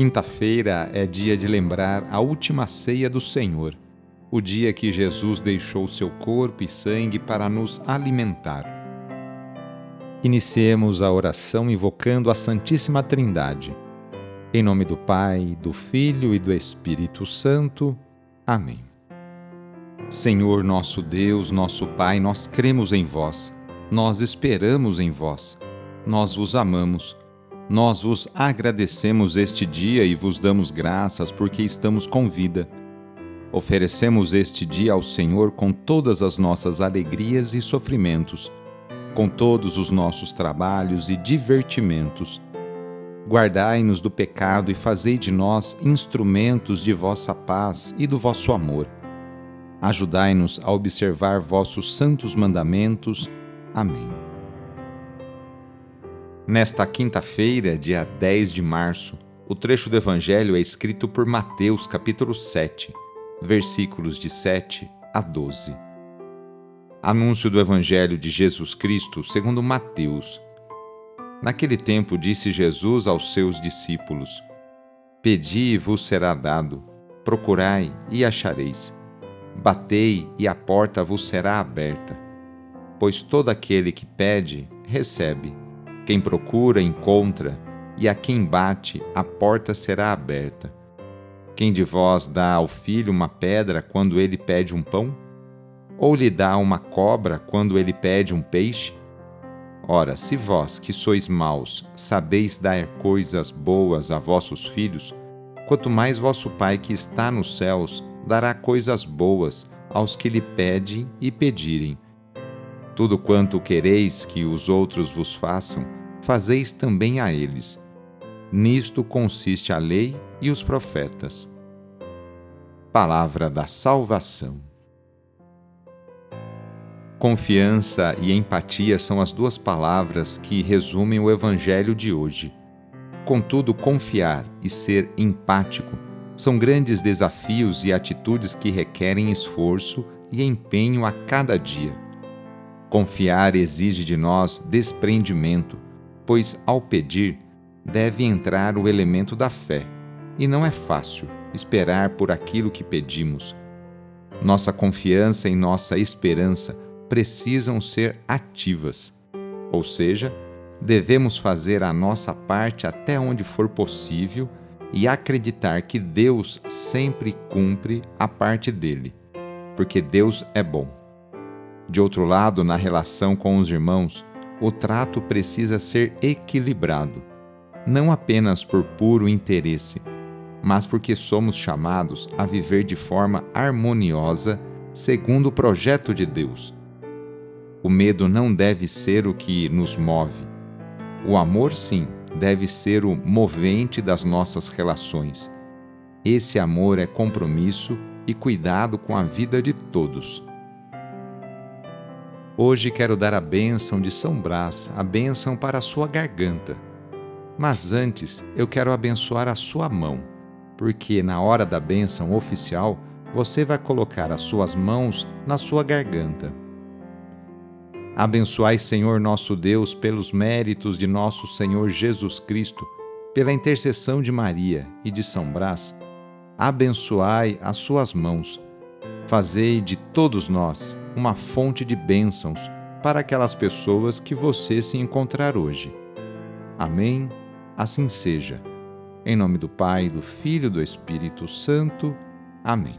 Quinta-feira é dia de lembrar a última ceia do Senhor, o dia que Jesus deixou seu corpo e sangue para nos alimentar. Iniciemos a oração invocando a Santíssima Trindade. Em nome do Pai, do Filho e do Espírito Santo. Amém. Senhor nosso Deus, nosso Pai, nós cremos em vós, nós esperamos em vós, nós vos amamos. Nós vos agradecemos este dia e vos damos graças porque estamos com vida. Oferecemos este dia ao Senhor com todas as nossas alegrias e sofrimentos, com todos os nossos trabalhos e divertimentos. Guardai-nos do pecado e fazei de nós instrumentos de vossa paz e do vosso amor. Ajudai-nos a observar vossos santos mandamentos. Amém. Nesta quinta-feira, dia 10 de março, o trecho do Evangelho é escrito por Mateus, capítulo 7, versículos de 7 a 12. Anúncio do Evangelho de Jesus Cristo segundo Mateus. Naquele tempo disse Jesus aos seus discípulos: Pedi e vos será dado, procurai e achareis, batei e a porta vos será aberta. Pois todo aquele que pede, recebe. Quem procura, encontra, e a quem bate, a porta será aberta. Quem de vós dá ao filho uma pedra quando ele pede um pão? Ou lhe dá uma cobra quando ele pede um peixe? Ora, se vós, que sois maus, sabeis dar coisas boas a vossos filhos, quanto mais vosso Pai que está nos céus dará coisas boas aos que lhe pedem e pedirem. Tudo quanto quereis que os outros vos façam, fazeis também a eles. Nisto consiste a lei e os profetas. Palavra da salvação. Confiança e empatia são as duas palavras que resumem o Evangelho de hoje. Contudo, confiar e ser empático são grandes desafios e atitudes que requerem esforço e empenho a cada dia. Confiar exige de nós desprendimento, pois, ao pedir, deve entrar o elemento da fé, e não é fácil esperar por aquilo que pedimos. Nossa confiança e nossa esperança precisam ser ativas, ou seja, devemos fazer a nossa parte até onde for possível e acreditar que Deus sempre cumpre a parte dele, porque Deus é bom. De outro lado, na relação com os irmãos, o trato precisa ser equilibrado, não apenas por puro interesse, mas porque somos chamados a viver de forma harmoniosa segundo o projeto de Deus. O medo não deve ser o que nos move. O amor, sim, deve ser o movente das nossas relações. Esse amor é compromisso e cuidado com a vida de todos. Hoje quero dar a bênção de São Brás, a bênção para a sua garganta. Mas antes, eu quero abençoar a sua mão, porque na hora da bênção oficial, você vai colocar as suas mãos na sua garganta. Abençoai, Senhor nosso Deus, pelos méritos de nosso Senhor Jesus Cristo, pela intercessão de Maria e de São Brás, abençoai as suas mãos. Fazei de todos nós uma fonte de bênçãos para aquelas pessoas que você se encontrar hoje. Amém? Assim seja. Em nome do Pai, do Filho e do Espírito Santo. Amém.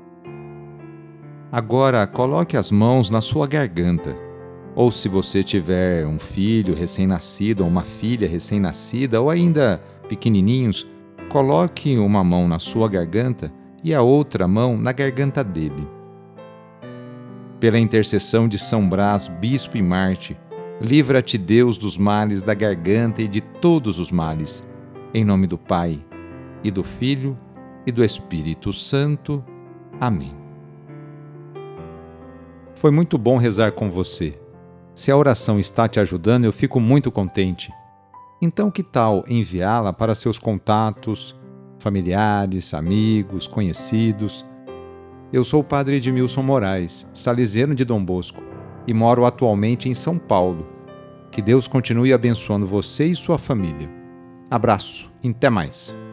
Agora, coloque as mãos na sua garganta. Ou se você tiver um filho recém-nascido ou uma filha recém-nascida ou ainda pequenininhos, coloque uma mão na sua garganta e a outra mão na garganta dele. Pela intercessão de São Brás, bispo e mártir, livra-te Deus dos males da garganta e de todos os males. Em nome do Pai, e do Filho, e do Espírito Santo. Amém. Foi muito bom rezar com você. Se a oração está te ajudando, eu fico muito contente. Então, que tal enviá-la para seus contatos, familiares, amigos, conhecidos? Eu sou o padre Edmilson Moraes, salesiano de Dom Bosco, e moro atualmente em São Paulo. Que Deus continue abençoando você e sua família. Abraço, e até mais.